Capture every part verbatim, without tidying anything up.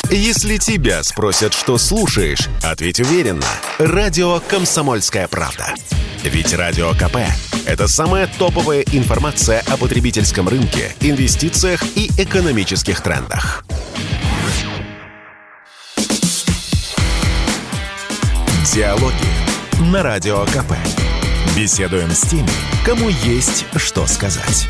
Если тебя спросят, что слушаешь, ответь уверенно. Радио «Комсомольская правда». Ведь Радио КП – это самая топовая информация о потребительском рынке, инвестициях и экономических трендах. Диалоги на Радио КП. Беседуем с теми, кому есть что сказать.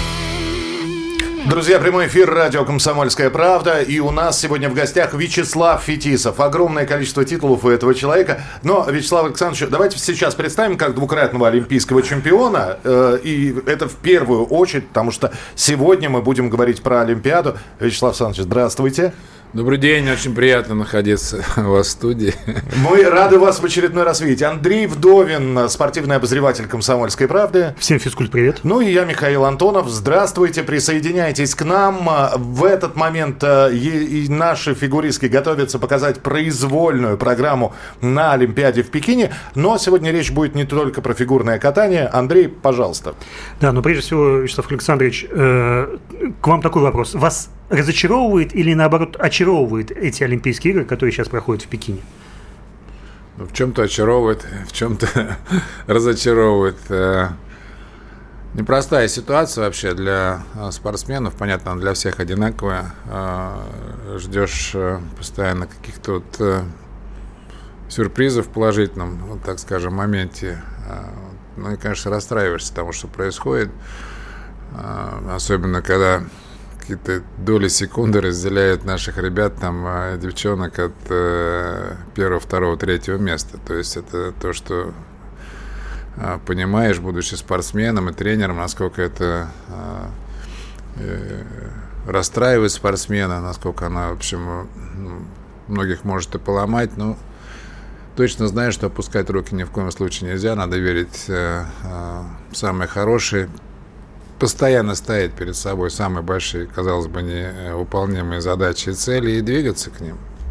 Друзья, прямой эфир радио «Комсомольская правда». И у нас сегодня в гостях Вячеслав Фетисов. Огромное количество титулов у этого человека. Но, Вячеслав Александрович, давайте сейчас представим как двукратного олимпийского чемпиона. И это в первую очередь, потому что сегодня мы будем говорить про Олимпиаду. Вячеслав Александрович, здравствуйте. Добрый день, очень приятно находиться у вас в студии. Мы рады вас в очередной раз видеть. Андрей Вдовин, спортивный обозреватель «Комсомольской правды». Всем физкульт, привет. Ну и я, Михаил Антонов. Здравствуйте, присоединяйтесь к нам. В этот момент и наши фигуристки готовятся показать произвольную программу на Олимпиаде в Пекине. Но сегодня речь будет не только про фигурное катание. Андрей, пожалуйста. Да, но прежде всего, Вячеслав Александрович, э, к вам такой вопрос. Вас разочаровывает или, наоборот, очаровывает эти Олимпийские игры, которые сейчас проходят в Пекине? Ну, в чем-то очаровывает, в чем-то разочаровывает. Непростая ситуация вообще для спортсменов. Понятно, она для всех одинаковая. Ждешь постоянно каких-то вот сюрпризов в положительном, вот, так скажем, моменте. Ну и, конечно, расстраиваешься тому, что происходит. Особенно, когда какие-то доли секунды разделяют наших ребят, там, девчонок от э, первого, второго, третьего места. То есть это то, что э, понимаешь, будучи спортсменом и тренером, насколько это э, э, расстраивает спортсмена, насколько она, в общем, многих может и поломать. Но точно знаешь, что опускать руки ни в коем случае нельзя. Надо верить э, э, в самые хорошие. Постоянно ставить перед собой самые большие, казалось бы, невыполнимые задачи и цели и двигаться к ним.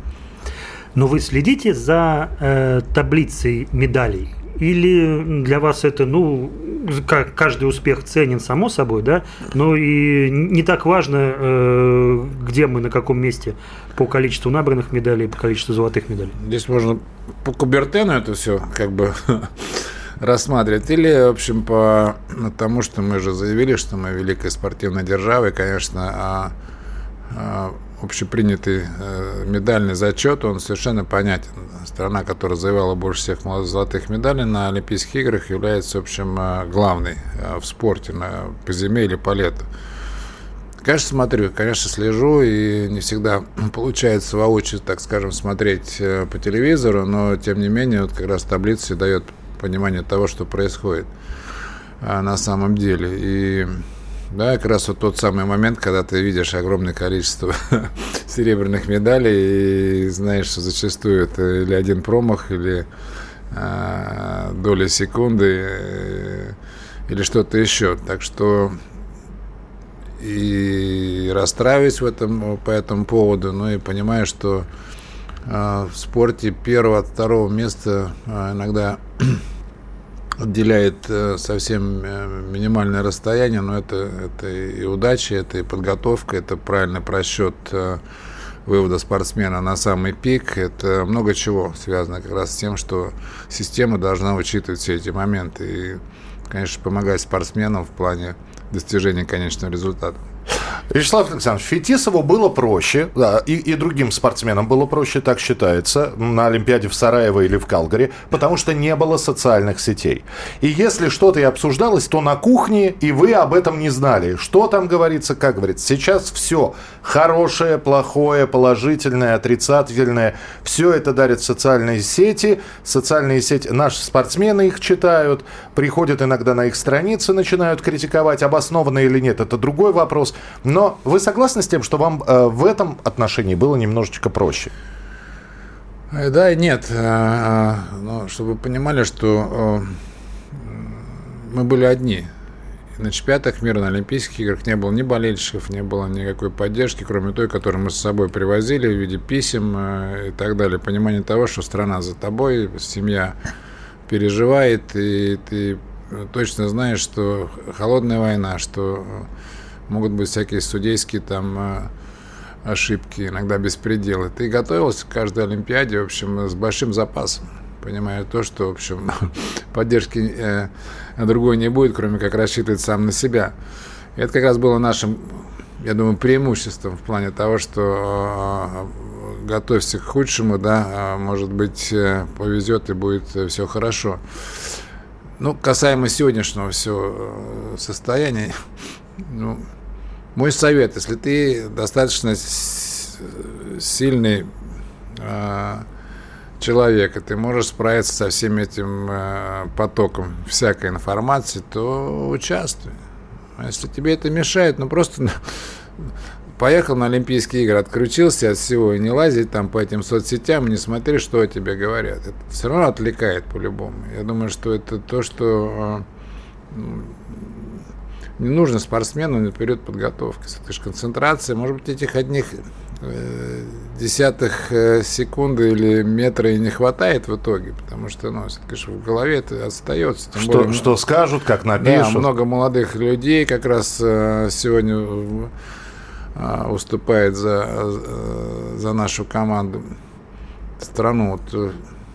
Но вы следите за э, таблицей медалей? Или для вас это, ну, каждый успех ценен, само собой, да? Но и не так важно, э, где мы, на каком месте по количеству набранных медалей, по количеству золотых медалей? Здесь можно по Кубертену это все как бы рассматривать. Или, в общем, по тому, что мы же заявили, что мы великая спортивная держава, и, конечно, а, а, общепринятый а, медальный зачет, он совершенно понятен. Страна, которая завоевала больше всех золотых медалей на Олимпийских играх, является, в общем, главной в спорте на, по зиме или по лету. Конечно, смотрю, конечно, слежу, и не всегда получается воочию, так скажем, смотреть по телевизору, но, тем не менее, вот как раз таблица дает понимание того, что происходит а, на самом деле. И да, как раз вот тот самый момент, когда ты видишь огромное количество серебряных медалей и знаешь, что зачастую это или один промах, или а, доля секунды, э, или что-то еще. Так что и расстраиваюсь в этом, по этому поводу, но и понимаю, что в спорте первого от второго места иногда отделяет совсем минимальное расстояние, но это, это и удача, это и подготовка, это правильный просчет вывода спортсмена на самый пик. Это много чего связано как раз с тем, что система должна учитывать все эти моменты и, конечно, помогать спортсменам в плане достижения конечного результата. Вячеслав Александрович, Фетисову было проще, да, и, и другим спортсменам было проще, так считается, на Олимпиаде в Сараево или в Калгари, потому что не было социальных сетей. И если что-то и обсуждалось, то на кухне, и вы об этом не знали. Что там говорится, как говорится. Сейчас все хорошее, плохое, положительное, отрицательное, все это дарят социальные сети. Социальные сети, наши спортсмены их читают, приходят иногда на их страницы, начинают критиковать, обоснованно или нет, это другой вопрос. Но вы согласны с тем, что вам э, в этом отношении было немножечко проще? Да и нет. Но чтобы вы понимали, что мы были одни. На чемпионатах мира, на Олимпийских играх не было ни болельщиков, не было никакой поддержки, кроме той, которую мы с собой привозили в виде писем и так далее. Понимание того, что страна за тобой, семья переживает, и ты точно знаешь, что холодная война, что могут быть всякие судейские там ошибки, иногда беспределы. Ты готовился к каждой Олимпиаде, в общем, с большим запасом, понимая то, что, в общем, поддержки э, другой не будет, кроме как рассчитывать сам на себя. И это как раз было нашим, я думаю, преимуществом в плане того, что э, готовься к худшему, да, а может быть, э, повезет и будет э, все хорошо. Ну, касаемо сегодняшнего всего состояния, ну, мой совет, если ты достаточно сильный э, человек, и ты можешь справиться со всем этим э, потоком всякой информации, то участвуй. А если тебе это мешает, ну просто поехал на Олимпийские игры, отключился от всего и не лазить там по этим соцсетям, не смотри, что о тебе говорят. Это все равно отвлекает по-любому. Я думаю, что это то, что э, не нужно спортсмену на период подготовки. Это же концентрация, может быть, этих одних э, десятых э, секунды или метра и не хватает в итоге, потому что, ну, конечно, в голове это остается. Тем что, более, что скажут, как напишут. Да, много молодых людей как раз э, сегодня э, выступает за, э, за нашу команду, страну. Вот,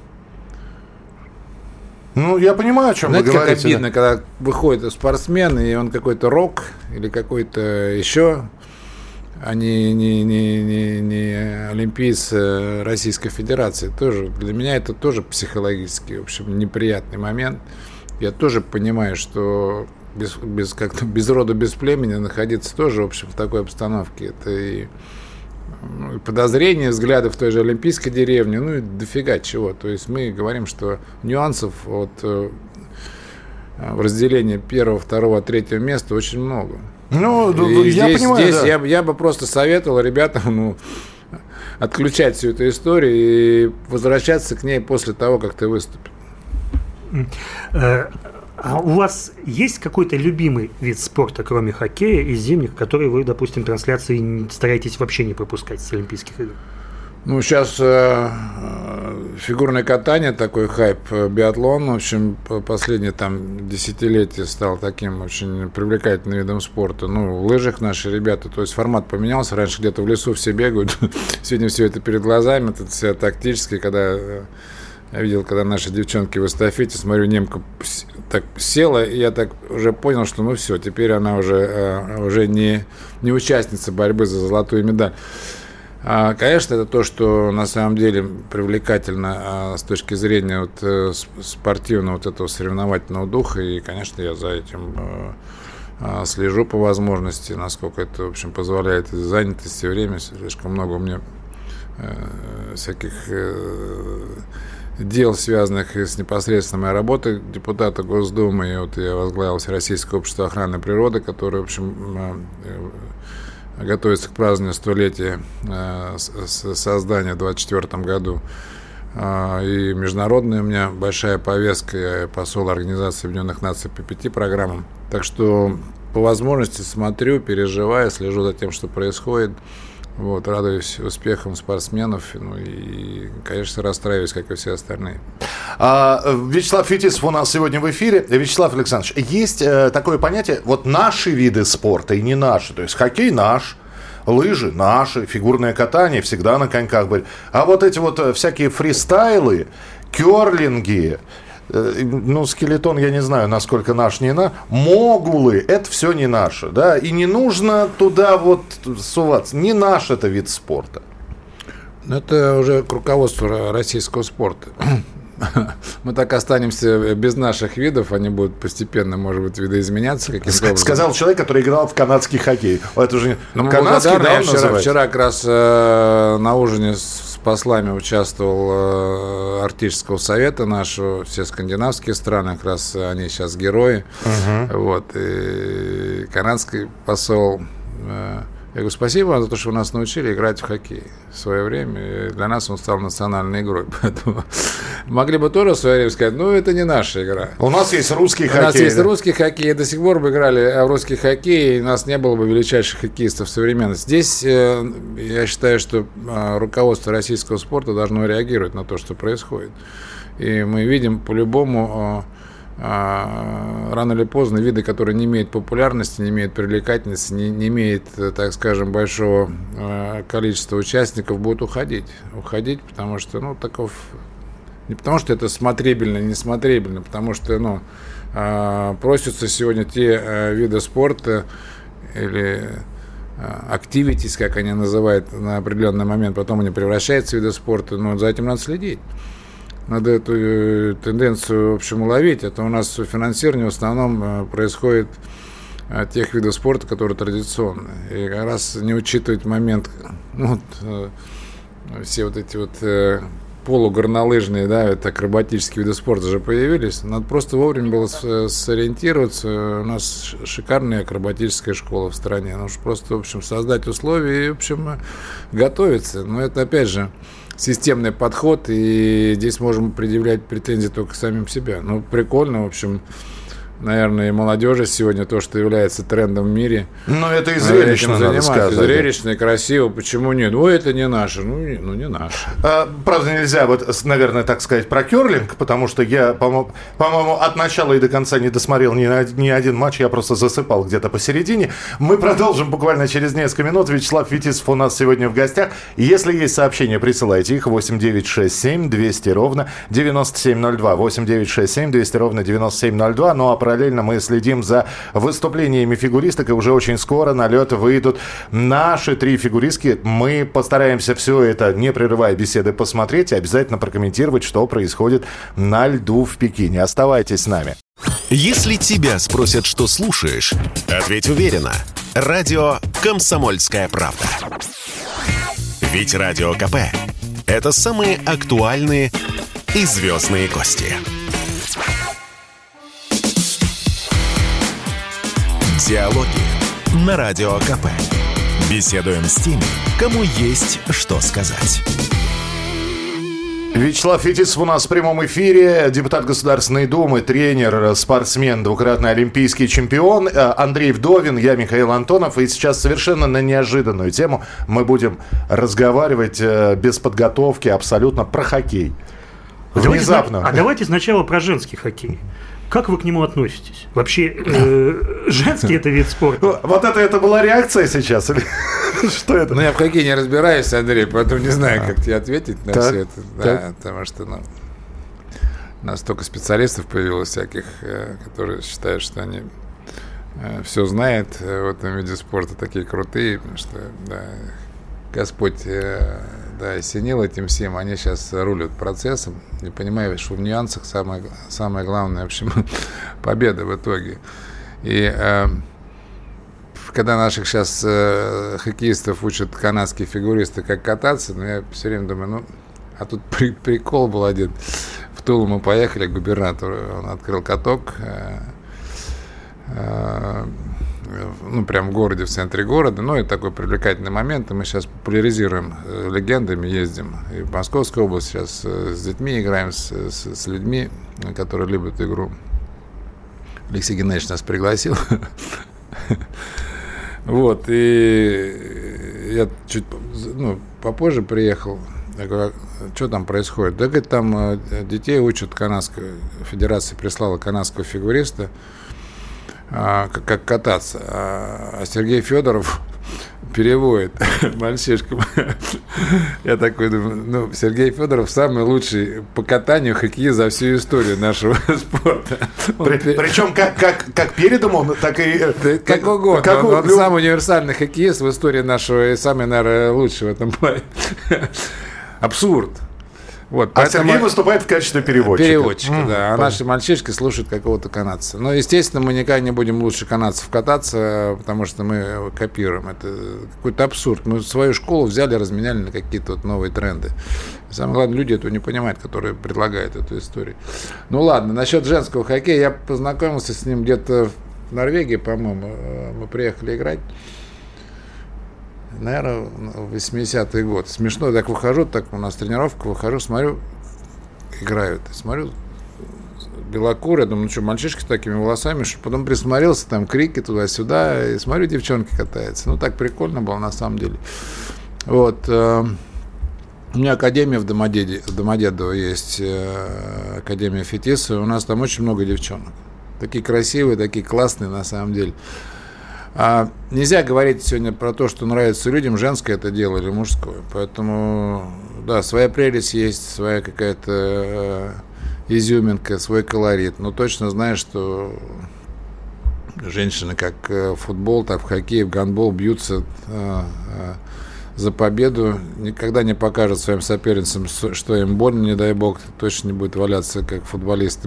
ну, я понимаю, о чем знаете, вы говорите. как обидно, да? Когда выходит спортсмен, и он какой-то рок или какой-то еще, а не, не, не, не, не олимпиец Российской Федерации. Тоже, для меня это тоже психологически, в общем, неприятный момент. Я тоже понимаю, что без, без, как-то, без рода, без племени находиться тоже, в общем, в такой обстановке. Это и подозрения, взгляды в той же олимпийской деревне, ну и дофига чего. То есть мы говорим, что нюансов от э, в разделении первого, второго, третьего места очень много. Ну, и я здесь, понимаю, здесь да. я, я бы просто советовал ребятам, ну, отключать всю эту историю и возвращаться к ней после того, как ты выступил. А у вас есть какой-то любимый вид спорта, кроме хоккея и зимних, который вы, допустим, трансляции стараетесь вообще не пропускать с Олимпийских игр? Ну, сейчас э, фигурное катание, такой хайп, биатлон, в общем, последние там десятилетия стал таким очень привлекательным видом спорта. Ну, в лыжах наши ребята, то есть формат поменялся, раньше где-то в лесу все бегают, сегодня все это перед глазами, это все тактически, когда... Я видел, когда наши девчонки в эстафете, смотрю, немка так села, и я так уже понял, что ну все, теперь она уже, уже не, не участница борьбы за золотую медаль. А, конечно, это то, что на самом деле привлекательно а, с точки зрения вот, спортивного вот этого соревновательного духа, и, конечно, я за этим а, слежу по возможности, насколько это, в общем, позволяет занятости, время, слишком много у меня а, всяких... А, дел, связанных с непосредственно моей работой депутата Госдумы. И вот я возглавил Всероссийское общество охраны природы, которое, в общем, готовится к празднованию столетия создания в двадцать четвёртом году. И международная у меня большая повестка. Я посол Организации Объединенных Наций по пяти программам. Так что по возможности смотрю, переживаю, слежу за тем, что происходит. Вот, радуюсь успехам спортсменов, ну и, конечно, расстраиваюсь, как и все остальные. А, Вячеслав Фетисов у нас сегодня в эфире. Вячеслав Александрович, есть э, такое понятие, вот наши виды спорта и не наши, то есть хоккей наш, лыжи наши, фигурное катание всегда на коньках были, а вот эти вот всякие фристайлы, керлинги, ну, скелетон, я не знаю, насколько наш, не наш. Могулы, это все не наше, да, и не нужно туда вот суваться. Не наш это вид спорта. Это уже к руководству российского спорта. Мы так останемся без наших видов, они будут постепенно, может быть, видоизменяться каким-то образом. Сказал человек, который играл в канадский хоккей. Это уже ну, канадский, да, я вчера, вчера как раз э, на ужине с послами участвовал э, Арктического совета нашего, все скандинавские страны, как раз они сейчас герои. Uh-huh. Вот, и канадский посол... Э, Я говорю, спасибо вам за то, что вы нас научили играть в хоккей в свое время. И для нас он стал национальной игрой. Поэтому могли бы тоже в свое время сказать, ну, это не наша игра. У нас есть русский хоккей. У нас есть да? русский хоккей. До сих пор бы играли в русский хоккей, и у нас не было бы величайших хоккеистов современности. Здесь э, я считаю, что э, руководство российского спорта должно реагировать на то, что происходит. И мы видим по-любому... Э, рано или поздно виды, которые не имеют популярности, не имеют привлекательности, не, не имеют, так скажем, большого количества участников, будут уходить. Уходить, потому что, ну, таков... Не потому что это смотрибельно, не смотрибельно, потому что, ну, просятся сегодня те виды спорта или activities, как они называют на определенный момент, потом они превращаются в виды спорта, но за этим надо следить. Надо эту тенденцию, в общем, уловить. Это у нас финансирование в основном происходит от тех видов спорта, которые традиционные. И как раз не учитывать момент, ну, вот, все вот эти вот полугорнолыжные, да, это акробатические виды спорта же появились. Надо просто вовремя было сориентироваться. У нас шикарная акробатическая школа в стране. Нужно просто, в общем, создать условия и, в общем, готовиться. Но это, опять же, системный подход, и здесь можем предъявлять претензии только к самим себе. Ну, прикольно, в общем, наверное, и молодежи сегодня то, что является трендом в мире. Ну, это и зрелищно, надо сказать. Зрелищно и красиво. Почему нет? Ну, это не наше. Ну, не, ну, не наше. А, правда, нельзя, вот, наверное, так сказать, про керлинг, потому что я, по-моему, по-моему, от начала и до конца не досмотрел ни, на, ни один матч, я просто засыпал где-то посередине. Мы продолжим буквально через несколько минут. Вячеслав Фетисов у нас сегодня в гостях. Если есть сообщения, присылайте их. восемь девятьсот шестьдесят семь двести ровно девяносто семь ноль два. восемь девятьсот шестьдесят семь двести ровно девяносто семь ноль два. Ну, а параллельно мы следим за выступлениями фигуристок, и уже очень скоро на лед выйдут наши три фигуристки. Мы постараемся все это, не прерывая беседы, посмотреть и обязательно прокомментировать, что происходит на льду в Пекине. Оставайтесь с нами. Если тебя спросят, что слушаешь, ответь уверенно. Радио «Комсомольская правда». Ведь Радио КП – это самые актуальные и звездные гости. Диалоги на Радио КП. Беседуем с теми, кому есть что сказать. Вячеслав Фетисов у нас в прямом эфире, депутат Государственной Думы, тренер, спортсмен, двукратный олимпийский чемпион. Андрей Вдовин, я Михаил Антонов. И сейчас совершенно на неожиданную тему мы будем разговаривать без подготовки абсолютно про хоккей. Внезапно. Давайте, а давайте сначала про женский хоккей. Как вы к нему относитесь? Вообще, э, женский это вид спорта? Вот это, это была реакция сейчас? Или что это? Ну, я в хоккее не разбираюсь, Андрей, поэтому не знаю, как тебе ответить на так, все это. Да, так. Потому что, ну, у нас столько специалистов появилось всяких, которые считают, что они все знают в этом виде спорта, такие крутые, потому что, да, Господь, да, осенил этим всем, они сейчас рулят процессом, не понимая, что в нюансах самое, самое главное, в общем, победа в итоге. И э, когда наших сейчас э, хоккеистов учат канадские фигуристы, как кататься, ну, я все время думаю, ну, а тут при, прикол был один. В Тулу мы поехали к губернатору, он открыл каток, э, э, ну, прям в городе, в центре города. Ну, это такой привлекательный момент. И мы сейчас популяризируем легендами, ездим. И в Московской области сейчас с детьми играем, с, с, с людьми, которые любят игру. Алексей Геннадьевич нас пригласил. Вот. И я чуть ну, попозже приехал. Я говорю, что там происходит? Да, говорит, там детей учат, канадская федерация прислала канадского фигуриста, Как, как кататься. А Сергей Федоров переводит мальчишкам. Я такой думаю, ну, Сергей Федоров самый лучший по катанию хоккея за всю историю нашего спорта. При, пер... Причем как, как, как передом он, так и... Как, как угодно. Как он, он люб... самый универсальный хоккеист в истории нашего и самый, наверное, лучший в этом плане. Абсурд. Вот, а Сергей выступает в качестве переводчика. Переводчика, mm, да. А понятно. Наши мальчишки слушают какого-то канадца. Но, естественно, мы никогда не будем лучше канадцев кататься, потому что мы копируем. Это какой-то абсурд. Мы свою школу взяли, разменяли на какие-то вот новые тренды. И самое главное, люди этого не понимают, которые предлагают эту историю. Ну ладно, насчет женского хоккея. Я познакомился с ним где-то в Норвегии, по-моему. Мы приехали играть. Наверное, в восьмидесятый год. Смешно, я так выхожу, так у нас тренировка, выхожу, смотрю, играют. Смотрю, белокурые, думаю, ну что, мальчишки с такими волосами, что потом присмотрелся, там крики туда-сюда, и смотрю, девчонки катаются. Ну, так прикольно было, на самом деле. Вот. У меня академия в Домодеде, в Домодедово есть, академия Фетиса. У нас там очень много девчонок. Такие красивые, такие классные на самом деле. А нельзя говорить сегодня про то, что нравится людям, женское это дело или мужское. Поэтому, да, своя прелесть есть, своя какая-то изюминка, свой колорит. Но точно знаю, что женщины как в футбол, так в хоккей, в гандбол бьются за победу, никогда не покажут своим соперницам, что им больно, не дай бог, точно не будет валяться, как футболисты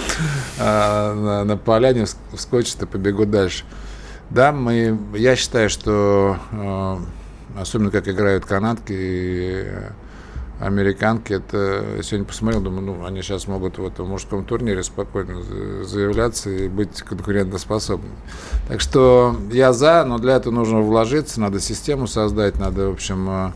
на поляне, вскочат и побегут дальше. Да, мы, я считаю, что особенно как играют канадки и американки, это сегодня посмотрел, думаю, ну, они сейчас могут в этом мужском турнире спокойно заявляться и быть конкурентоспособными. Так что я за, но для этого нужно вложиться, надо систему создать, надо, в общем,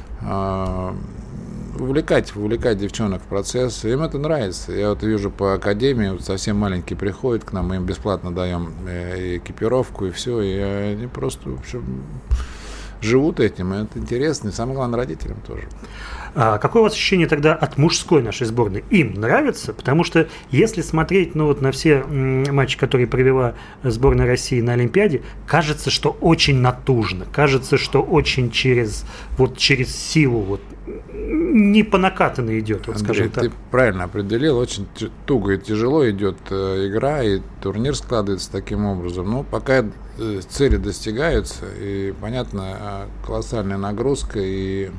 увлекать, увлекать девчонок в процесс. Им это нравится. Я вот вижу по академии, вот совсем маленькие приходят к нам, мы им бесплатно даем и экипировку, и все, и они просто, в общем, живут этим, и это интересно, и самое главное, родителям тоже. А какое у вас ощущение тогда от мужской нашей сборной? Им нравится? Потому что если смотреть ну, вот на все м- матчи, которые провела сборная России на Олимпиаде, кажется, что очень натужно, кажется, что очень через, вот, через силу, вот, не по накатанной идет, вот, Андрей, скажем так. Ты правильно определил, очень туго и тяжело идет э, игра, и турнир складывается таким образом. Но пока э, цели достигаются, и, понятно, колоссальная нагрузка, и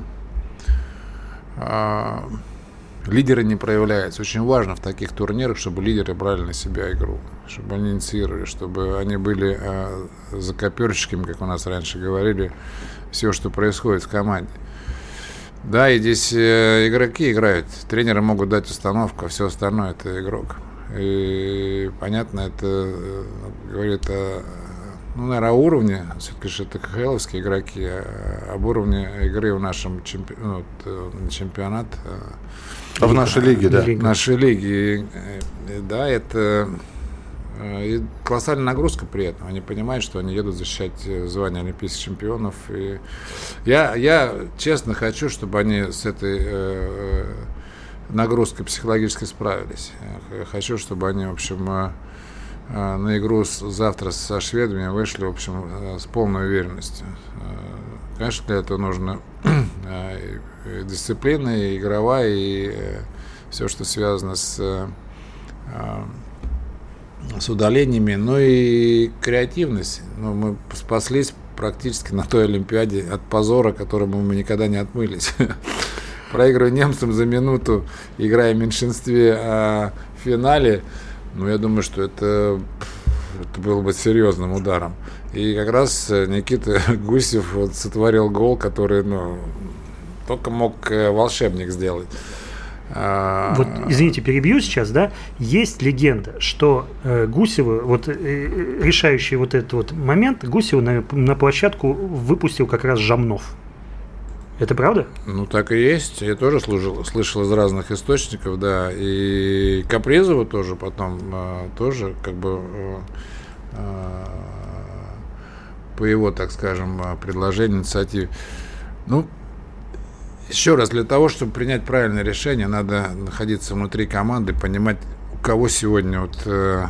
э, лидеры не проявляются. Очень важно в таких турнирах, чтобы лидеры брали на себя игру, чтобы они инициировали, чтобы они были э, закоперщиками, как у нас раньше говорили, все, что происходит в команде. Да, и здесь э, игроки играют, тренеры могут дать установку, а все остальное это игрок. И понятно, это э, говорит о, ну, наверное, о уровне, все-таки же это ка ха эловские игроки, а об уровне игры в нашем чемпи... ну, вот, чемпионат. А в нашей лиге, да. В нашей лиге, и, да, это и колоссальная нагрузка при этом. Они понимают, что они едут защищать звание олимпийских чемпионов. И я, я честно хочу, чтобы они с этой э, нагрузкой психологически справились. Я хочу, чтобы они, в общем, э, на игру с, завтра со шведами вышли, в общем, э, с полной уверенностью. Э, конечно, для этого нужно э, и дисциплина, и игровая, и э, все, что связано с э, с удалениями, но и креативность. Ну, мы спаслись практически на той Олимпиаде от позора, которому мы никогда не отмылись. Проигрывая немцам за минуту, играя в меньшинстве, а в финале, ну, я думаю, что это, это было бы серьезным ударом. И как раз Никита Гусев вот сотворил гол, который, ну, только мог волшебник сделать. Вот, извините, перебью сейчас, да, есть легенда, что э, Гусева, вот э, решающий вот этот вот момент, Гусева на, на площадку выпустил как раз Жамнов. Это правда? Ну, так и есть. Я тоже служил, слышал из разных источников, да, и Капризова тоже потом, э, тоже, как бы, э, э, по его, так скажем, предложению, инициативе. Ну, еще раз, для того, чтобы принять правильное решение, надо находиться внутри команды, понимать, у кого сегодня вот, э,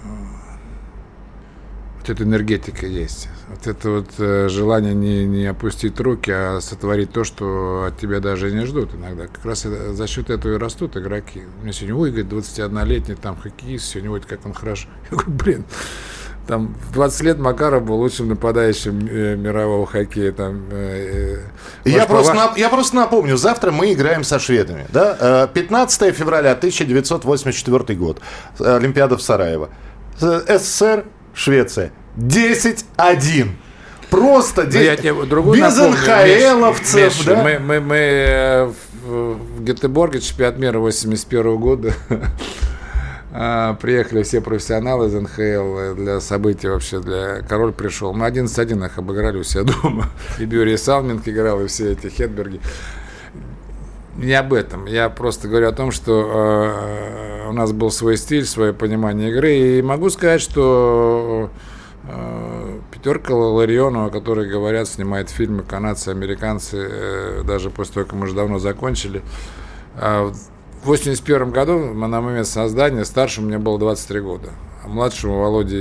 вот эта энергетика есть. Вот это вот э, желание не, не опустить руки, а сотворить то, что от тебя даже не ждут иногда. Как раз это, за счет этого и растут игроки. У меня сегодня, ой, говорит, двадцатиоднолетний там хоккеист, сегодня, ой, как он хорош. Я говорю, блин, там в двадцать лет Макаров был лучшим нападающим э, мирового хоккея. Там, э, э, я, просто ваш... нап- я просто напомню, завтра мы играем со шведами. Да? пятнадцатого февраля тысяча девятьсот восемьдесят четвёртый год. Олимпиада в Сараево. СССР, Швеция. десять один. Просто десять. Без эн ха эловцев. Миш, да? мы, мы, мы в Гетеборге, чемпионат мира восемьдесят первого года, приехали все профессионалы из эн ха эл для событий вообще, для Король пришел. Мы одиннадцать один их обыграли у себя дома. И Бюри Салминг играл, и все эти Хедберги. Не об этом. Я просто говорю о том, что э, у нас был свой стиль, свое понимание игры. И могу сказать, что э, пятерка Ларионова, о которой говорят, снимает фильмы канадцы, американцы, э, даже после того, как мы уже давно закончили. А в восемьдесят первом году, на момент создания, старшему мне было двадцать три года, а младшему Володе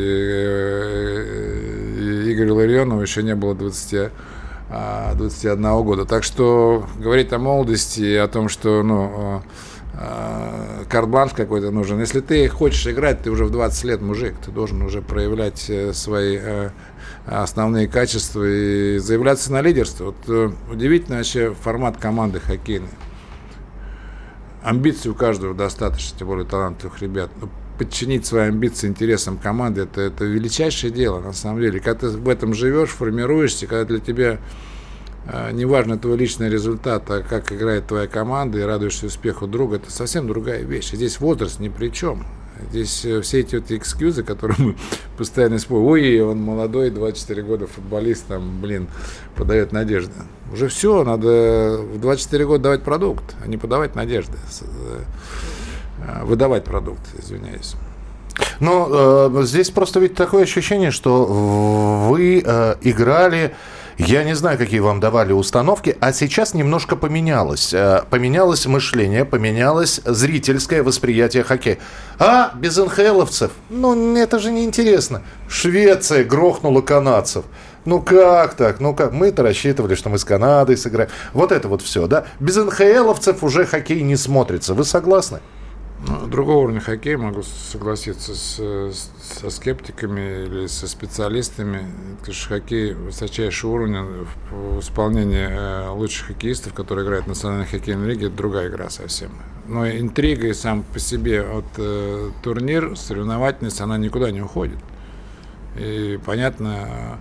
э, Игорю Ларионову еще не было двадцати одного года. Так что говорить о молодости и о том, что ну, карт-бланш какой-то нужен. Если ты хочешь играть, ты уже в двадцать лет мужик, ты должен уже проявлять свои основные качества и заявляться на лидерство. Вот удивительный вообще формат команды хоккейной. Амбиций у каждого достаточно, тем более талантливых ребят. Подчинить свои амбиции интересам команды, это, это величайшее дело, на самом деле. Когда ты в этом живешь, формируешься, когда для тебя э, не важно твой личный результат, а как играет твоя команда, и радуешься успеху друга, это совсем другая вещь. И здесь возраст ни при чем. Здесь э, все эти вот экскьюзы, которые мы постоянно используем. Ой, он молодой, двадцать четыре года футболист, там, блин, подает надежды. Уже все, надо в двадцать четыре года давать продукт, а не подавать надежды. Выдавать продукт, извиняюсь. Но э, здесь просто ведь такое ощущение, что вы э, играли, я не знаю, какие вам давали установки, а сейчас немножко поменялось. Э, поменялось мышление, поменялось зрительское восприятие хоккея. А, без эн ха эловцев? Ну, это же неинтересно. Швеция грохнула канадцев. Ну как так? Ну как? Мы-то рассчитывали, что мы с Канадой сыграем. Вот это вот все, да? Без эн ха эловцев уже хоккей не смотрится. Вы согласны? Ну, другого уровня хоккея, могу согласиться с, с, со скептиками или со специалистами. Это же хоккей высочайшего уровня в, в исполнении э, лучших хоккеистов, которые играют в национальной хоккейной лиге, это другая игра совсем. Но интрига и сам по себе от э, турнир, соревновательность, она никуда не уходит. И понятно,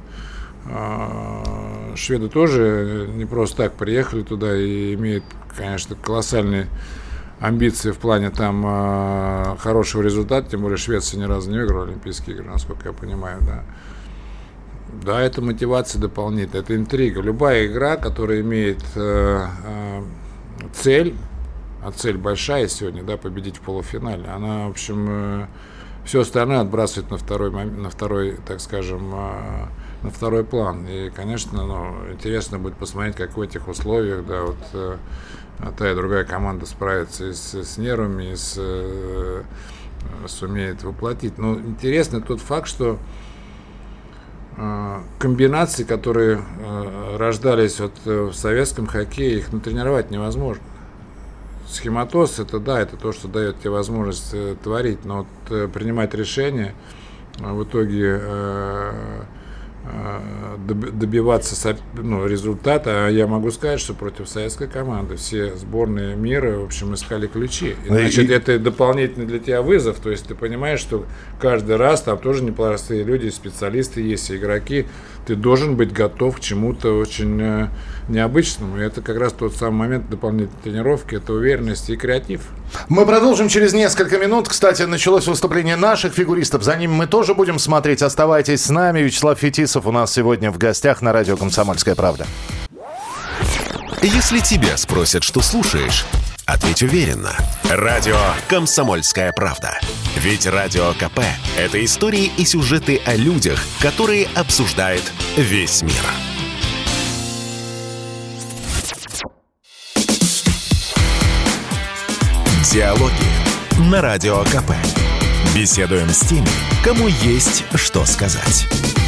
э, шведы тоже не просто так приехали туда и имеют, конечно, колоссальные амбиции в плане там э, хорошего результата, тем более Швеция ни разу не выиграла Олимпийские игры, насколько я понимаю, да. Да, это мотивация дополнительная, это интрига. Любая игра, которая имеет э, э, цель, а цель большая сегодня, да, победить в полуфинале, она, в общем, э, все остальное отбрасывает на второй, на второй, так скажем, э, на второй план. И, конечно, ну, интересно будет посмотреть, как в этих условиях, да, вот э, та и другая команда справится и с, с нервами, и с, э, сумеет воплотить. Но интересно тот факт, что э, комбинации, которые э, рождались вот, э, в советском хоккее, их натренировать невозможно. Схематоз, это да, это то, что дает тебе возможность э, творить, но вот, э, принимать решения э, в итоге э, добиваться ну, результата. Я могу сказать, что против советской команды все сборные мира, в общем, искали ключи. И, значит, и... это дополнительный для тебя вызов. То есть ты понимаешь, что каждый раз там тоже непростые люди, специалисты есть, игроки. Ты должен быть готов к чему-то очень э, необычному. И это как раз тот самый момент дополнительной тренировки, это уверенность и креатив. Мы продолжим через несколько минут. Кстати, началось выступление наших фигуристов. За ним мы тоже будем смотреть. Оставайтесь с нами. Вячеслав Фетисов у нас сегодня в гостях на радио «Комсомольская правда». Если тебя спросят, что слушаешь, ответь уверенно. Радио «Комсомольская правда». Ведь Радио КП – это истории и сюжеты о людях, которые обсуждает весь мир. Диалоги на Радио КП. Беседуем с теми, кому есть что сказать.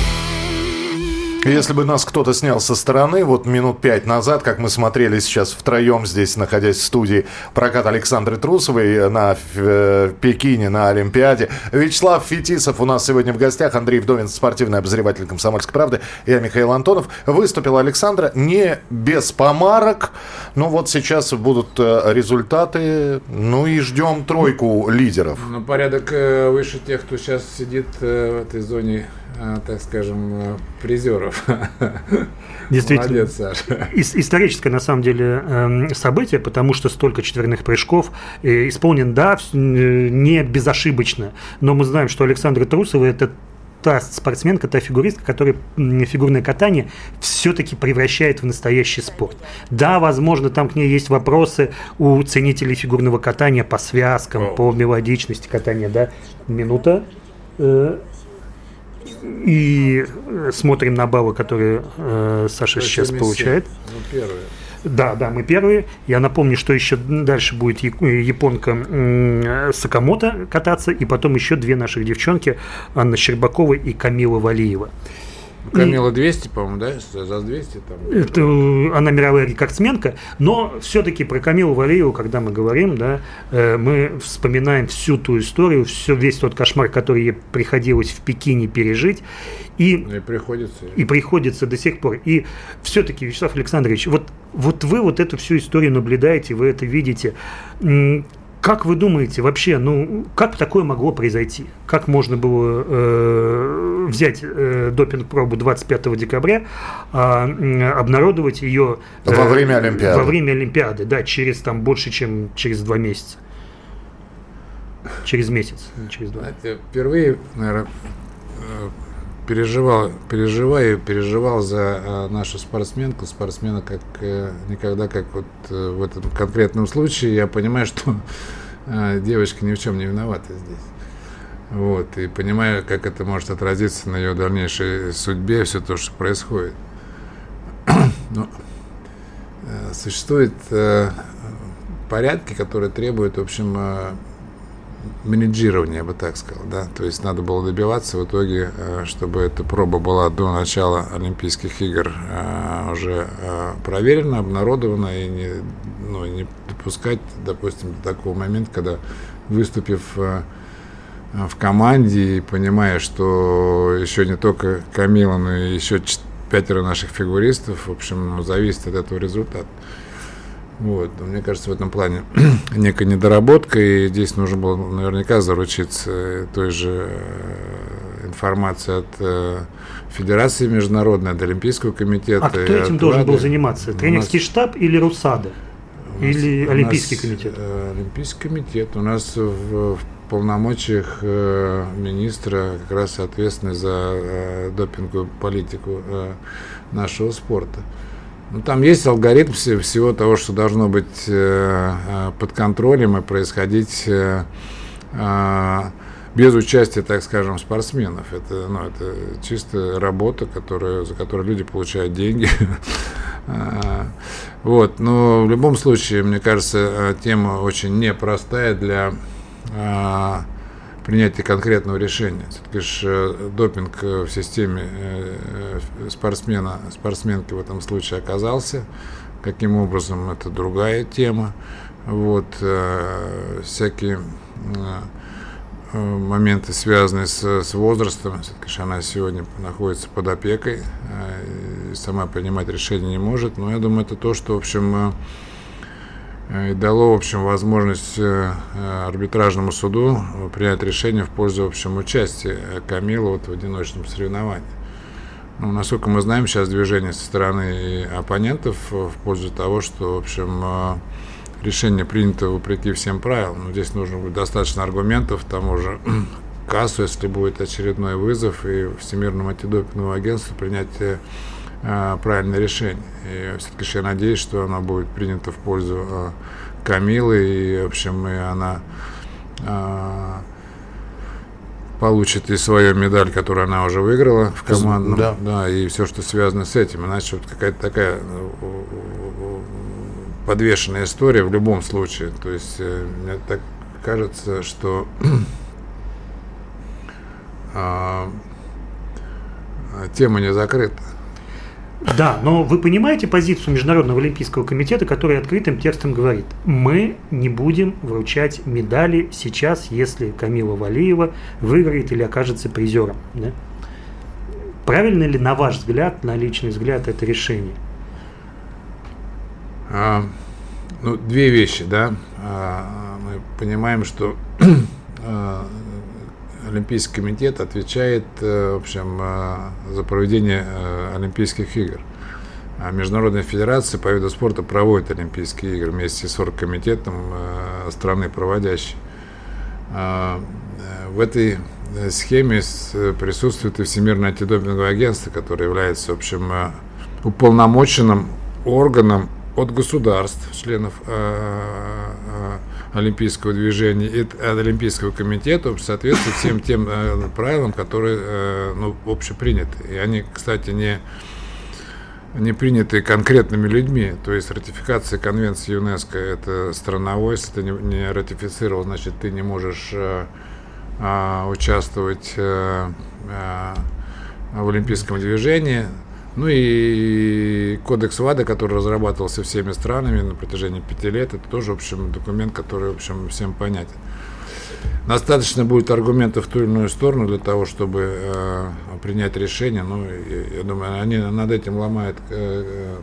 Если бы нас кто-то снял со стороны, вот минут пять назад, как мы смотрели сейчас втроем здесь, находясь в студии, прокат Александры Трусовой на в Пекине, на Олимпиаде. Вячеслав Фетисов у нас сегодня в гостях, Андрей Вдовин, спортивный обозреватель «Комсомольской правды», я Михаил Антонов. Выступила Александра не без помарок, но вот сейчас будут результаты, ну и ждем тройку лидеров. Ну, порядок выше тех, кто сейчас сидит в этой зоне, так скажем, призеров. Действительно. Молодец, Саша. Историческое, на самом деле, событие, потому что столько четверных прыжков исполнен, да, не безошибочно, но мы знаем, что Александра Трусова – это та спортсменка, та фигуристка, которая фигурное катание все-таки превращает в настоящий спорт. Да, возможно, там к ней есть вопросы у ценителей фигурного катания по связкам, О. по мелодичности катания, да. Минута. и смотрим на баллы, которые э, Саша сейчас получает. Ну, первые. Да, да, мы первые. Я напомню, что еще дальше будет японка Сакамото кататься, и потом еще две наших девчонки, Анна Щербакова и Камила Валиева. Камила двести, по-моему, да? За двести там. Это, она мировая рекордсменка, но все-таки про Камилу Валиеву, когда мы говорим, да, мы вспоминаем всю ту историю, все, весь тот кошмар, который ей приходилось в Пекине пережить. И, и приходится. И приходится до сих пор. И все-таки, Вячеслав Александрович, вот, вот вы вот эту всю историю наблюдаете, вы это видите. Как вы думаете, вообще, ну, как такое могло произойти? Как можно было э, взять э, допинг-пробу двадцать пятого декабря, э, обнародовать ее э, во время Олимпиады? Во время Олимпиады, да, через там больше, чем через два месяца. Через месяц. Через два. Знаете, впервые, наверное, переживал, переживаю, переживал за нашу спортсменку, спортсмена как никогда, как вот в этом конкретном случае. Я понимаю, что девочка ни в чем не виновата здесь. Вот, и понимаю, как это может отразиться на ее дальнейшей судьбе, все то, что происходит. Но существуют порядки, которые требуют, в общем, менеджирования, я бы так сказал, да, то есть надо было добиваться в итоге, чтобы эта проба была до начала Олимпийских игр уже проверена, обнародована и не, ну, не допускать, допустим, до такого момента, когда, выступив в команде и понимая, что еще не только Камила, но и еще пятеро наших фигуристов, в общем, зависит от этого результата. Вот. Мне кажется, в этом плане некая недоработка, и здесь нужно было наверняка заручиться той же информацией от Федерации международной, от Олимпийского комитета. А кто этим должен был заниматься? Тренерский нас... штаб или РУСАДА? Или нас, Олимпийский комитет? Олимпийский комитет. У нас в, в полномочиях э, министра как раз ответственный за э, допинговую политику э, нашего спорта. Ну, там есть алгоритм всего того, что должно быть э, под контролем и происходить э, э, без участия, так скажем, спортсменов. Это, ну, это чисто работа, которая, за которую люди получают деньги. Вот. Но в любом случае, мне кажется, тема очень непростая для принятия конкретного решения. Все-таки же допинг в системе спортсмена, спортсменки в этом случае оказался. Каким образом, это другая тема. Вот. Всякие моменты, связанные с, с возрастом. Все-таки же она сегодня находится под опекой и сама принимать решения не может. Но я думаю, это то, что, в общем, и дало, в общем, возможность арбитражному суду принять решение в пользу, в общем, участия Камилы вот в одиночном соревновании. Ну, насколько мы знаем, сейчас движение со стороны оппонентов в пользу того, что, в общем, решение принято вопреки всем правилам. Но здесь нужно будет достаточно аргументов, тому же КАСу, если будет очередной вызов, и Всемирному антидопинговому агентству принять правильное решение. И все-таки я надеюсь, что оно будет принято в пользу э, Камилы, и, в общем, и она э, получит и свою медаль, которую она уже выиграла в командном, да. Да, и все, что связано с этим. Иначе вот какая-то такая подвешенная история в любом случае. То есть э, мне так кажется, что э, тема не закрыта. Да, но вы понимаете позицию Международного олимпийского комитета, который открытым текстом говорит: мы не будем вручать медали сейчас, если Камила Валиева выиграет или окажется призером. Да? Правильно ли, на ваш взгляд, на личный взгляд, это решение? А, ну, две вещи, да. А, мы понимаем, что а, Олимпийский комитет отвечает, в общем, за проведение Олимпийских игр. А Международная федерация по виду спорта проводит Олимпийские игры вместе с оргкомитетом страны проводящей. В этой схеме присутствует и Всемирное антидопинговое агентство, которое является, в общем, уполномоченным органом от государств, членов олимпийского движения и от Олимпийского комитета соответствует всем тем э, правилам, которые э, ну, общеприняты. И они, кстати, не, не приняты конкретными людьми. То есть ратификация конвенции ЮНЕСКО – это страновой. Если ты не, не ратифицировал, значит, ты не можешь э, э, участвовать э, э, в олимпийском движении. Ну и кодекс ВАДА, который разрабатывался всеми странами на протяжении пяти лет, это тоже, в общем, документ, который, в общем, всем понятен. Достаточно будет аргументов в ту или иную сторону для того, чтобы э, принять решение. Ну, я, я думаю, они над этим ломают э,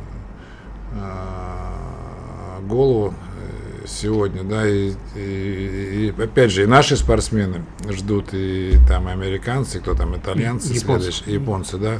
э, голову сегодня, да, и, и, и опять же, и наши спортсмены ждут, и там и американцы, и кто там, итальянцы, японцы, японцы, да.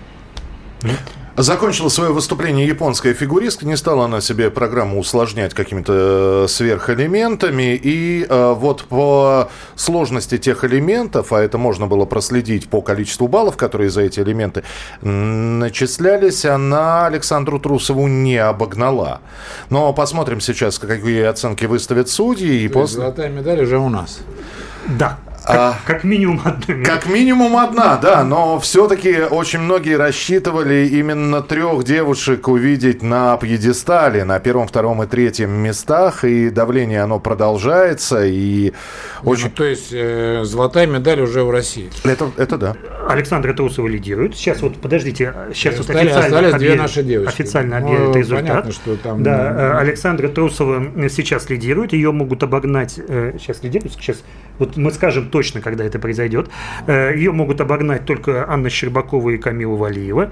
Закончила свое выступление японская фигуристка, не стала она себе программу усложнять какими-то сверхэлементами, и э, вот по сложности тех элементов, а это можно было проследить по количеству баллов, которые за эти элементы начислялись, она Александру Трусову не обогнала. Но посмотрим сейчас, какие оценки выставят судьи. И после... Золотая медаль уже у нас. Да. Как, а, как минимум одна. Как минимум одна, да, но все-таки очень многие рассчитывали именно трех девушек увидеть на пьедестале, на первом, втором и третьем местах, и давление оно продолжается, и очень... Ну, то есть э, золотая медаль уже в России. Это, это да. Александра Трусова лидирует. Сейчас вот, подождите, сейчас вот Остали, официально, объявит, наши девочки. официально ну, объявит результат. Понятно, что там... Да, Александра Трусова сейчас лидирует, ее могут обогнать, сейчас лидирует, сейчас, вот мы скажем точно, когда это произойдет. Ее могут обогнать только Анна Щербакова и Камила Валиева.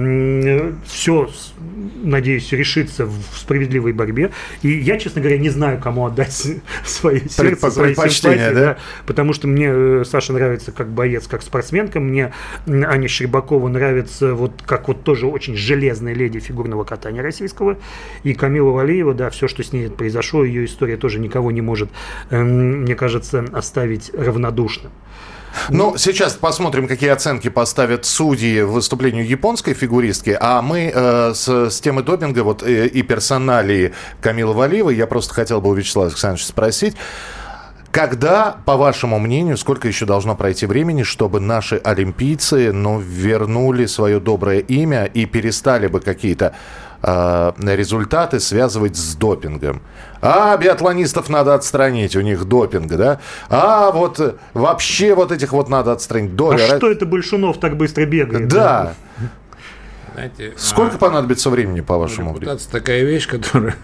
Все, надеюсь, решится в справедливой борьбе. И я, честно говоря, не знаю, кому отдать свое сердце, свои симпатии. Да? Потому что мне Саша нравится как боец, как спортсменка. Мне Аня Щербакова нравится вот как вот тоже очень железная леди фигурного катания российского. И Камила Валиева, да, все, что с ней произошло, ее история тоже никого не может, мне кажется, оставить равнодушным. Ну, сейчас посмотрим, какие оценки поставят судьи выступлению японской фигуристки, а мы э, с, с темы допинга вот, э, и персоналии Камилы Валиевой, я просто хотел бы у Вячеслава Александровича спросить, когда, по вашему мнению, сколько еще должно пройти времени, чтобы наши олимпийцы, ну, вернули свое доброе имя и перестали бы какие-то э, результаты связывать с допингом? А биатлонистов надо отстранить, у них допинг, да? А вот вообще вот этих вот надо отстранить. Доля. А что это Большунов так быстро бегает? Да. да? Знаете, сколько а, понадобится времени, по вашему мнению? Репутация такая вещь, которая...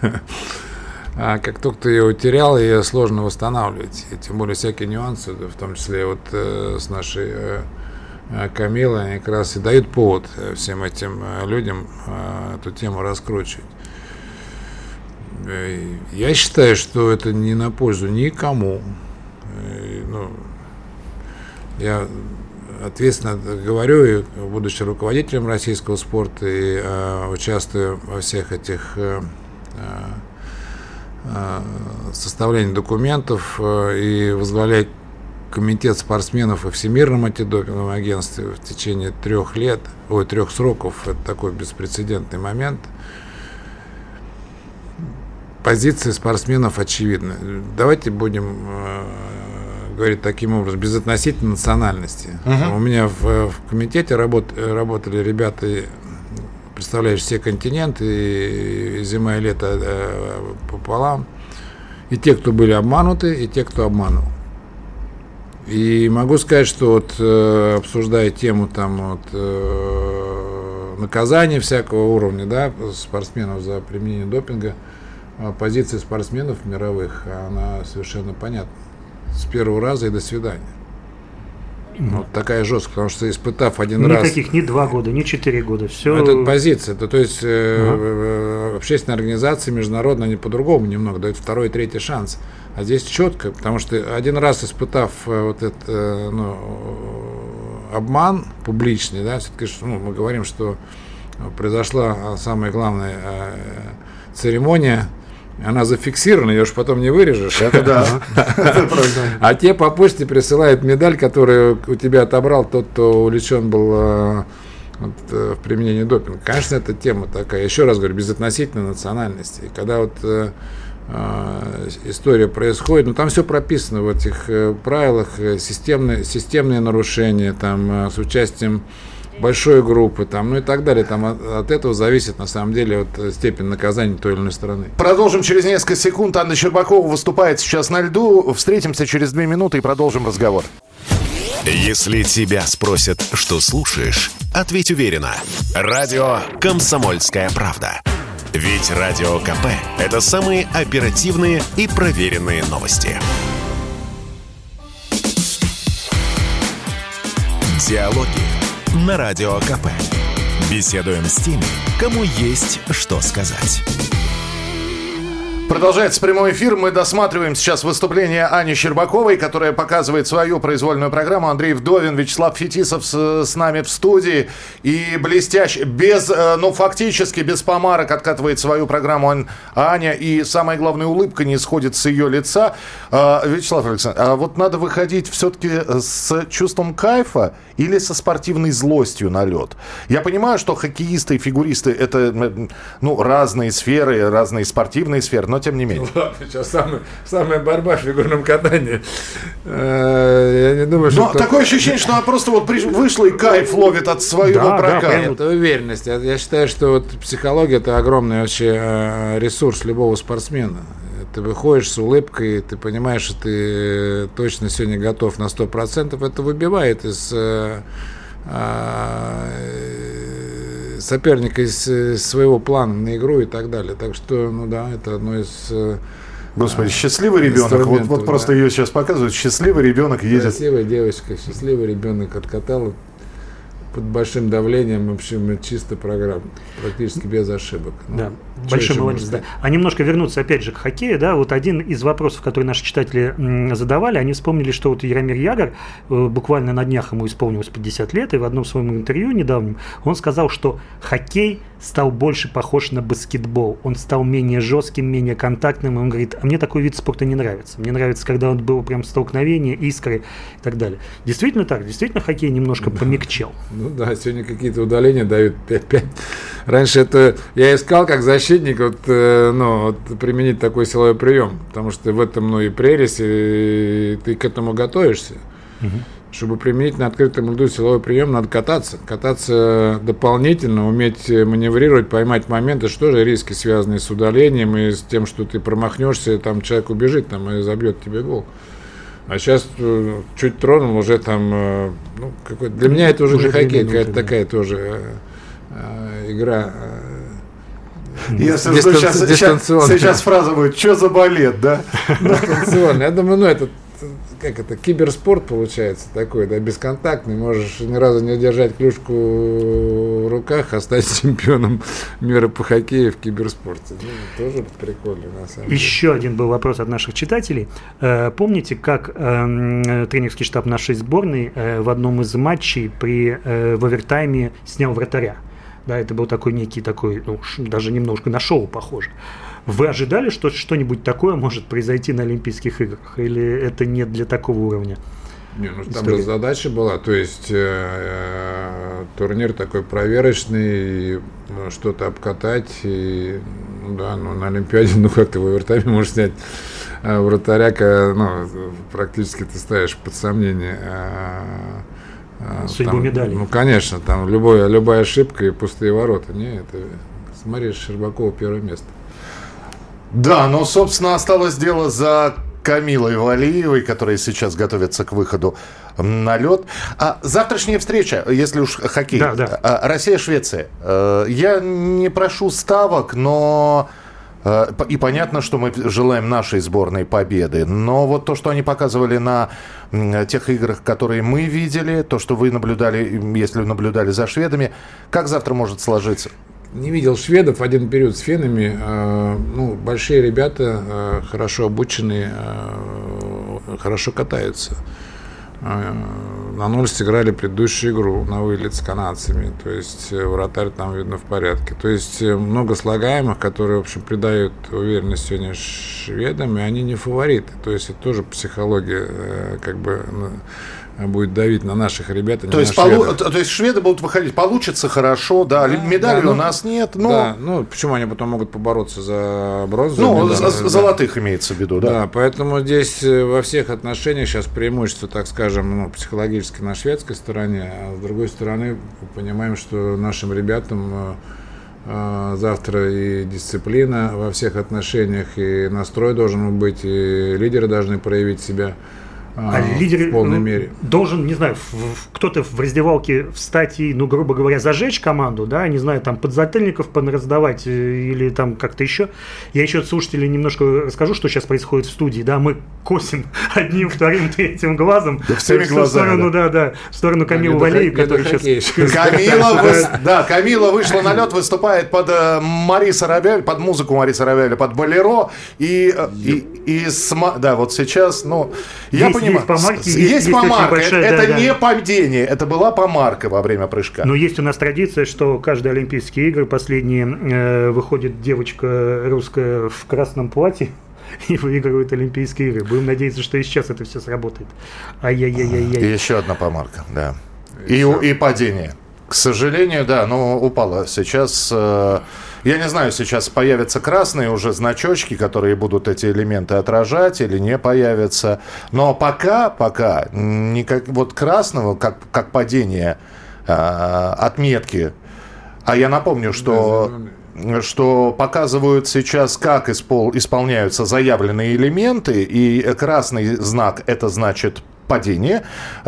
А как только ты ее утерял, ее сложно восстанавливать. И тем более всякие нюансы, в том числе вот э, с нашей э, Камилой, они как раз и дают повод всем этим э, людям э, эту тему раскручивать. Э, я считаю, что это не на пользу никому. Э, ну, я ответственно говорю, и будучи руководителем российского спорта, и э, участвую во всех этих... Э, составление документов и возглавлять комитет спортсменов и Всемирном антидопинговом агентстве в течение трех лет, ой, трех сроков. Это такой беспрецедентный момент. Позиции спортсменов очевидны. Давайте будем э, говорить таким образом, безотносительно национальности. Uh-huh. У меня в, в комитете работ, работали ребята, представляешь все континенты, и зима и лето э, пополам, и те, кто были обмануты, и те, кто обманул. И могу сказать, что вот э, обсуждая тему там вот, э, наказания всякого уровня, да, спортсменов за применение допинга, э, позиция спортсменов мировых, она совершенно понятна. С первого раза и до свидания. Вот такая жесткая, потому что испытав один Никаких, раз... Никаких, ни два года, ни четыре года. Все... Это позиция. Это, то есть uh-huh. э, общественные организации международные, они по-другому немного дают второй и третий шанс. А здесь четко, потому что один раз испытав э, вот этот э, ну, обман публичный, да, все-таки ну, мы говорим, что произошла самая главная э, церемония, она зафиксирована, ее же потом не вырежешь. Это да. А те по почте присылают медаль, которую у тебя отобрал тот, кто увлечен был в применении допинга. Конечно, это тема такая, еще раз говорю, безотносительно национальности. И когда вот история происходит. Но там все прописано в этих правилах, системные, системные нарушения там, с участием большой группы, там, ну и так далее. Там от, от этого зависит, на самом деле, от степени наказания той или иной стороны. Продолжим через несколько секунд. Анна Щербакова выступает сейчас на льду. Встретимся через две минуты и продолжим разговор. Если тебя спросят, что слушаешь, ответь уверенно. Радио «Комсомольская правда». Ведь Радио КП – это самые оперативные и проверенные новости. Диалоги на Радио КП. Беседуем с теми, кому есть что сказать. Продолжается прямой эфир. Мы досматриваем сейчас выступление Ани Щербаковой, которая показывает свою произвольную программу. Андрей Вдовин, Вячеслав Фетисов с, с нами в студии. И блестяще, без, ну, фактически без помарок откатывает свою программу Аня. И самое главное, улыбка не сходит с ее лица. Вячеслав Александрович, а вот надо выходить все-таки с чувством кайфа или со спортивной злостью на лед? Я понимаю, что хоккеисты и фигуристы — это, ну, разные сферы, разные спортивные сферы, но тем не менее. Ну, ладно, сейчас самая, самая борьба в фигурном катании. Я не думаю, что... Но кто... такое ощущение, что она просто вот вышла и кайф ловит от своего да, проката. Да, это уверенность. Я, я считаю, что вот психология — это огромный вообще ресурс любого спортсмена. Ты выходишь с улыбкой, ты понимаешь, что ты точно сегодня готов на сто процентов. Это выбивает из... соперника из своего плана на игру и так далее. Так что, ну да, это одно из... Господи, счастливый ребенок. Вот, вот да. Просто ее сейчас показывают. Счастливый ребенок едет. Красивая девочка, счастливый ребенок откатала под большим давлением, в общем, чисто программа, практически без ошибок. Ну, да, большой молодец. Да. А немножко вернуться опять же к хоккею, да, вот один из вопросов, которые наши читатели м, задавали, они вспомнили, что вот Яромир Ягор, э, буквально на днях ему исполнилось пятьдесят лет, и в одном своем интервью недавнем он сказал, что хоккей стал больше похож на баскетбол, он стал менее жестким, менее контактным, и он говорит, а мне такой вид спорта не нравится, мне нравится, когда он был прям столкновение, искры и так далее. Действительно так, действительно хоккей немножко помягчел. Ну да, сегодня какие-то удаления дают пять-пять. Раньше это я искал как защитник вот, э, ну, вот, применить такой силовой прием, потому что в этом ну, и прелесть, и ты к этому готовишься. Угу. Чтобы применить на открытом льду силовой прием, надо кататься. Кататься дополнительно, уметь маневрировать, поймать моменты, что же риски, связанные с удалением и с тем, что ты промахнешься, там человек убежит там, и забьет тебе гол. А сейчас чуть тронул, уже там, ну, какой-то... Для меня это уже, уже не хоккей, какая-то да. такая тоже э, игра. Э, Я Дистанци... сейчас, сейчас, сейчас фраза будет, что за балет, да? Дистанционно. Я думаю, ну, это, как это, киберспорт получается такой, да, бесконтактный. Можешь ни разу не держать клюшку в руках, а стать чемпионом мира по хоккею в киберспорте. Ну, тоже прикольно, на самом деле. Еще один был вопрос от наших читателей. Помните, как э, тренерский штаб нашей сборной э, в одном из матчей при, э, в овертайме снял вратаря? Да, это был такой некий такой, ну, даже немножко на шоу похоже. Вы ожидали, что что-нибудь такое может произойти на Олимпийских играх? Или это не для такого уровня? Не, ну там же задача была, то есть э, турнир такой проверочный, и, ну, что-то обкатать, и, ну да, ну на Олимпиаде, ну как ты в овертайме можешь снять э, вратаря, ну, практически ты ставишь под сомнение э, судьбу медали. Ну, конечно, там любой, любая ошибка и пустые ворота. Не, это смотри, Щербакова первое место. Да, но, собственно, осталось дело за Камилой Валиевой, которая сейчас готовится к выходу на лед. А завтрашняя встреча, если уж хоккей, да, да. Россия-Швеция. Я не прошу ставок, но... И понятно, что мы желаем нашей сборной победы, но вот то, что они показывали на тех играх, которые мы видели, то, что вы наблюдали, если наблюдали за шведами, как завтра может сложиться? Не видел шведов, один период с финнами, э, ну, большие ребята, э, хорошо обученные, э, хорошо катаются. Э, на ноль сыграли предыдущую игру на вылет с канадцами, то есть э, вратарь там, видно, в порядке. То есть э, много слагаемых, которые, в общем, придают уверенность сегодня шведам, и они не фавориты. То есть это тоже психология, э, как бы... будет давить на наших ребят, а не то, на есть полу... шведов. то есть шведы будут выходить, получится хорошо, да, да медалей да, у ну, нас нет. Но... Да, ну почему они потом могут побороться за бронзу? Ну, медаль, за, да. золотых имеется в виду, да. Да, поэтому здесь во всех отношениях сейчас преимущество, так скажем, ну, психологически на шведской стороне, а с другой стороны понимаем, что нашим ребятам э, завтра и дисциплина во всех отношениях, и настрой должен быть, и лидеры должны проявить себя. А лидер в полной мере. Должен, не знаю, в, в, кто-то в раздевалке встать и, ну, грубо говоря, зажечь команду, да, не знаю, там подзатыльников раздавать или там как-то еще. Я еще слушателям немножко расскажу, что сейчас происходит в студии, да, мы косим одним, вторым, третьим глазом да, всеми в, глазами, в сторону, да, да, в сторону Камилы Валеевой, который сейчас... Камила, да, Камила вышла на лед, выступает под Мариса Равель, под музыку Мариса Равеля, под болеро, и, и, и да, вот сейчас, ну, я есть, понимаю, есть помарки, есть, есть, есть помарка, большая, это да, не да. падение, это была помарка во время прыжка. Но есть у нас традиция, что каждые Олимпийские игры последние э, выходит девочка русская в красном платье и выигрывает Олимпийские игры. Будем надеяться, что и сейчас это все сработает. Ай-яй-яй-яй-яй. И еще одна помарка, да. И, и падение. К сожалению, да, но упала. Сейчас, э, я не знаю, сейчас появятся красные уже значочки, которые будут эти элементы отражать или не появятся. Но пока, пока, никак, вот красного, как, как падение э, отметки. А я напомню, что... что показывают сейчас, как испол... исполняются заявленные элементы, и красный знак – это значит падение,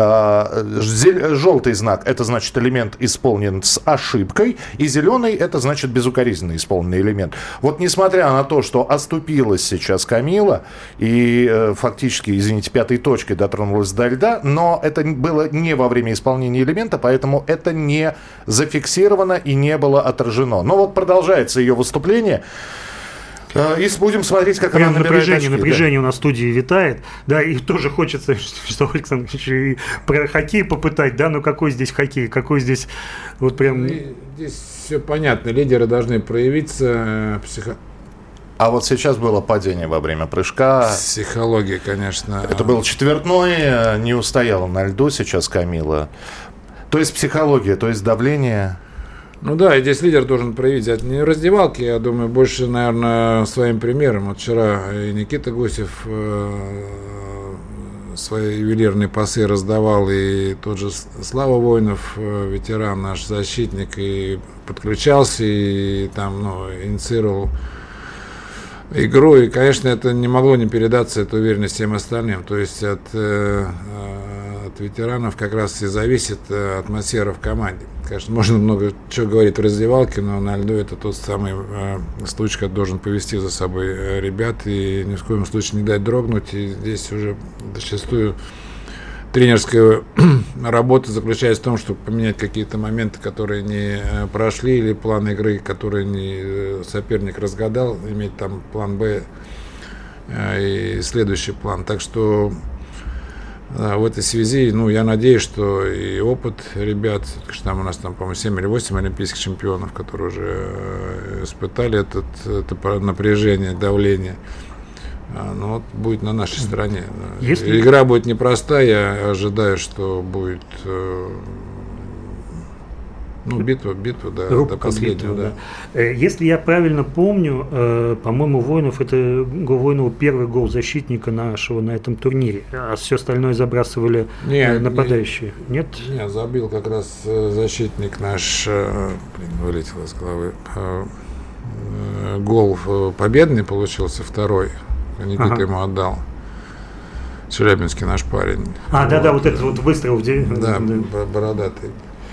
желтый знак – это значит элемент исполнен с ошибкой, и зеленый – это значит безукоризненно исполненный элемент. Вот несмотря на то, что оступилась сейчас Камила и фактически, извините, пятой точкой дотронулась до льда, но это было не во время исполнения элемента, поэтому это не зафиксировано и не было отражено. Но вот продолжается ее выступление. И будем смотреть, как прям она набирает напряжение, очки. Напряжение да. У нас в студии витает. Да, и тоже хочется, что Александр Ильич и про хоккей попытать, да, но какой здесь хоккей, какой здесь вот прям... Здесь все понятно, лидеры должны проявиться, психо... А вот сейчас было падение во время прыжка. Психология, конечно. Это был четвертной, не устояла на льду сейчас Камила. То есть психология, то есть давление... Ну да, и здесь лидер должен проявить. Это не раздевалки, я думаю, больше, наверное, своим примером. Вот вчера и Никита Гусев э, свои ювелирные пасы раздавал, и тот же Слава Воинов, э, ветеран, наш защитник, и подключался, и там, ну, инициировал игру. И, конечно, это не могло не передаться, эта уверенность всем остальным. То есть от, э, от ветеранов как раз и зависит атмосфера в команде. Конечно, можно много чего говорить в раздевалке, но на льду это тот самый э, случай, когда должен повести за собой э, ребят и ни в коем случае не дать дрогнуть. И здесь уже зачастую тренерская работа заключается в том, чтобы поменять какие-то моменты, которые не э, прошли, или план игры, который не, э, соперник разгадал, иметь там план Б э, и следующий план. Так что да, в этой связи, ну, я надеюсь, что и опыт ребят, что там у нас там, по-моему, семь или восемь олимпийских чемпионов, которые уже испытали этот, это напряжение, давление, ну, вот будет на нашей стороне. Если... Игра будет непростая, я ожидаю, что будет ну, битва, битва, да, до последнего, да. да. Если я правильно помню, э, по-моему, Воинов, это Воинов первый гол защитника нашего на этом турнире, а все остальное забрасывали не, э, нападающие. Не, Нет? Нет, забил как раз защитник наш, э, блин, вылетел из головы, э, э, гол победный получился, второй, Никита ага. ему отдал. Челябинский наш парень. А, да-да, вот, вот этот вот выстрел в день. Да, да, бородатый.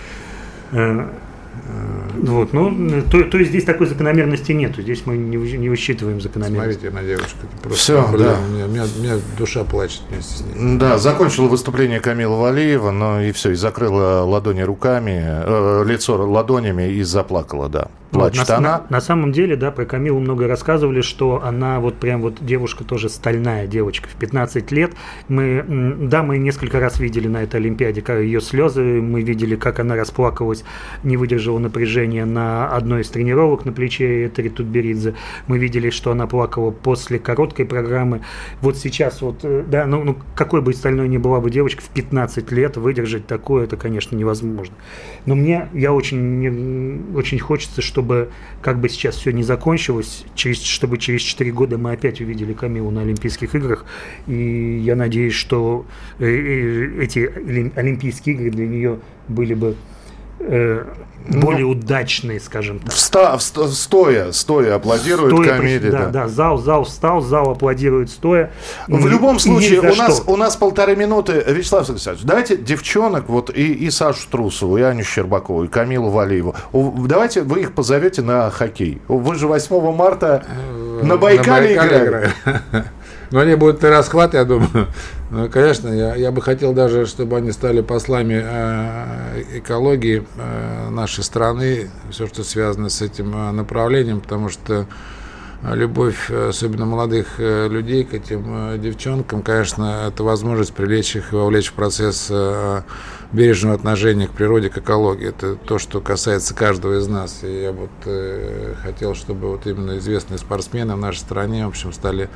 Вот, ну, то, то есть здесь такой закономерности нету. Здесь мы не, не высчитываем закономерность. Смотрите на девушку. Все, да. У меня, у, меня, у меня душа плачет вместе с ней. Да, закончила выступление Камила Валеева, но и все, и закрыла ладони руками, э, лицо ладонями и заплакала, да. Плачет на, она. На, на самом деле, да, про Камилу много рассказывали, что она вот прям вот девушка тоже стальная девочка. В пятнадцать лет мы, да, мы несколько раз видели на этой Олимпиаде как ее слезы, мы видели, как она расплакалась, не выдержала напряжения на одной из тренировок на плече Этери Тутберидзе. Мы видели, что она плакала после короткой программы. Вот сейчас вот, да, ну, ну какой бы стальной ни была бы девочка, в пятнадцать лет выдержать такое, это, конечно, невозможно. Но мне, я очень, очень хочется, чтобы чтобы как бы сейчас все не закончилось, через, чтобы через четыре года мы опять увидели Камилу на Олимпийских играх. И я надеюсь, что эти Олимпийские игры для нее были бы э, более ну, удачные, скажем так. Вста, вста, стоя, стоя аплодируют стоя, Камиле. Да, да, да, зал, зал встал, зал аплодирует стоя. В и, любом случае, у нас, у нас полторы минуты. Вячеслав Александрович, давайте девчонок, вот и, и Сашу Трусову, и Аню Щербакову, и Камилу Валиеву. Давайте вы их позовете на хоккей. Вы же восьмого марта на Байкале играли. Но они будут на расхват, я думаю. Ну, конечно, я, я бы хотел даже, чтобы они стали послами э, экологии э, нашей страны, все, что связано с этим э, направлением, потому что любовь, особенно молодых э, людей к этим э, девчонкам, конечно, это возможность привлечь их и вовлечь в процесс э, бережного отношения к природе, к экологии. Это то, что касается каждого из нас. И я вот э, хотел, чтобы вот именно известные спортсмены в нашей стране, в общем, стали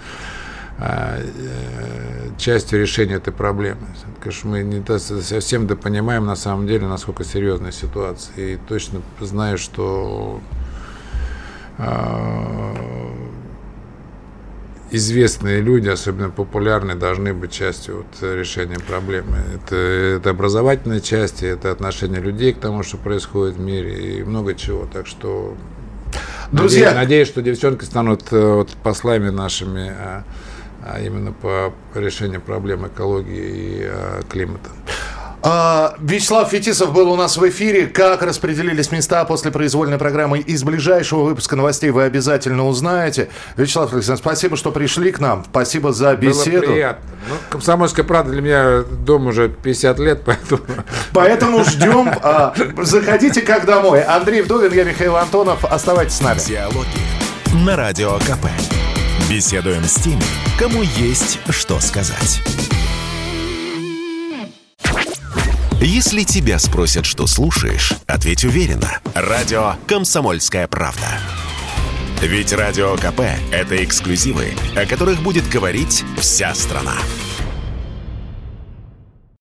частью решения этой проблемы. Конечно, мы не совсем допонимаем на самом деле, насколько серьезная ситуация. И точно знаю, что известные люди, особенно популярные, должны быть частью вот решения проблемы. Это, это образовательная часть, это отношение людей к тому, что происходит в мире, и много чего. Так что Друзья... надеюсь, надеюсь, что девчонки станут вот послами нашими, а именно по решению проблем экологии и а, климата. А, Вячеслав Фетисов был у нас в эфире. Как распределились места после произвольной программы из ближайшего выпуска новостей, вы обязательно узнаете. Вячеслав Александрович, спасибо, что пришли к нам. Спасибо за беседу. Было приятно. Ну, «Комсомольская правда» для меня дом уже пятьдесят лет, поэтому... Поэтому ждем. А, заходите как домой. Андрей Вдовин, я Михаил Антонов. Оставайтесь с нами. Диалоги на Радио КП. Беседуем с теми, кому есть что сказать. Если тебя спросят, что слушаешь, ответь уверенно. Радио «Комсомольская правда». Ведь Радио КП – это эксклюзивы, о которых будет говорить вся страна.